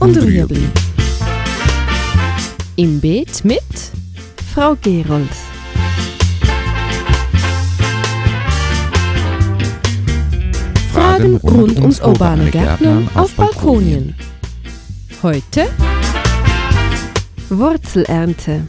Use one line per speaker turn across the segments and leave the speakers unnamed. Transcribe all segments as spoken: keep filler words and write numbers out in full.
und Rüebli. Im Beet mit Frau Gerold. Fragen rund ums urbane Gärtnern auf Balkonien. Heute Wurzelernte.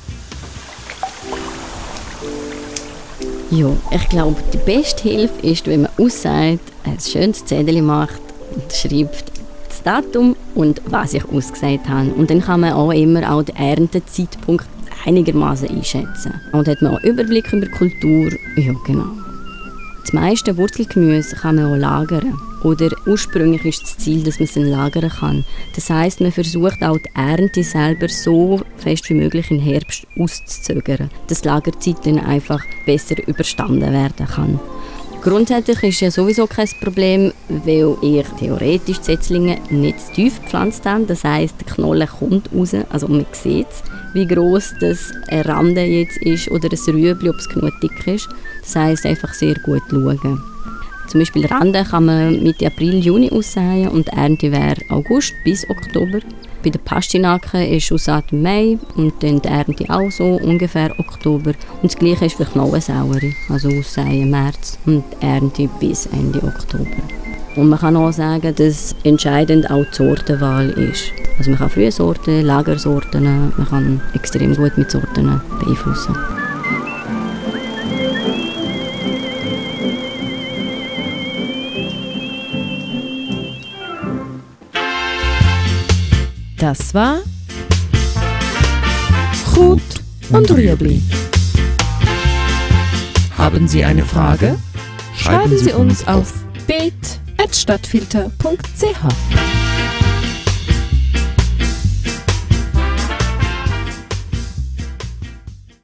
Ja, ich glaube, die beste Hilfe ist, wenn man aussagt, ein schönes Zettel macht und schreibt das Datum und was ich ausgesagt habe. Und dann kann man auch immer auch den Erntezeitpunkt einigermaßen einschätzen. Und hat man auch Überblick über die Kultur. Ja, genau. Das meiste Wurzelgemüse kann man auch lagern. Oder ursprünglich ist das Ziel, dass man es lagern kann. Das heisst, man versucht auch die Ernte selber so fest wie möglich im Herbst auszuzögern, dass die Lagerzeit dann einfach besser überstanden werden kann. Grundsätzlich ist ja sowieso kein Problem, weil ich theoretisch die Setzlinge nicht zu tief gepflanzt habe. Das heisst, der Knolle kommt raus, also man sieht, wie gross das eine Rande jetzt ist oder ein Rüebli, ob es genug dick ist. Das heisst, einfach sehr gut schauen. Zum Beispiel Rande kann man Mitte April, Juni aussäen und die Ernte wäre August bis Oktober. Bei den Pastinaken ist Aussaat im Mai und dann die Ernte auch so ungefähr Oktober. Und das Gleiche ist für Knollensellerie, also Aussäen im März und die Ernte bis Ende Oktober. Und man kann auch sagen, dass entscheidend auch die Sortenwahl ist. Also man kann frühe Sorten, Lagersorten, man kann extrem gut mit Sorten beeinflussen.
Das war Gut und Rüebli. Haben Sie eine Frage? Schreiben Sie uns auf beet at stadtfilter punkt c h.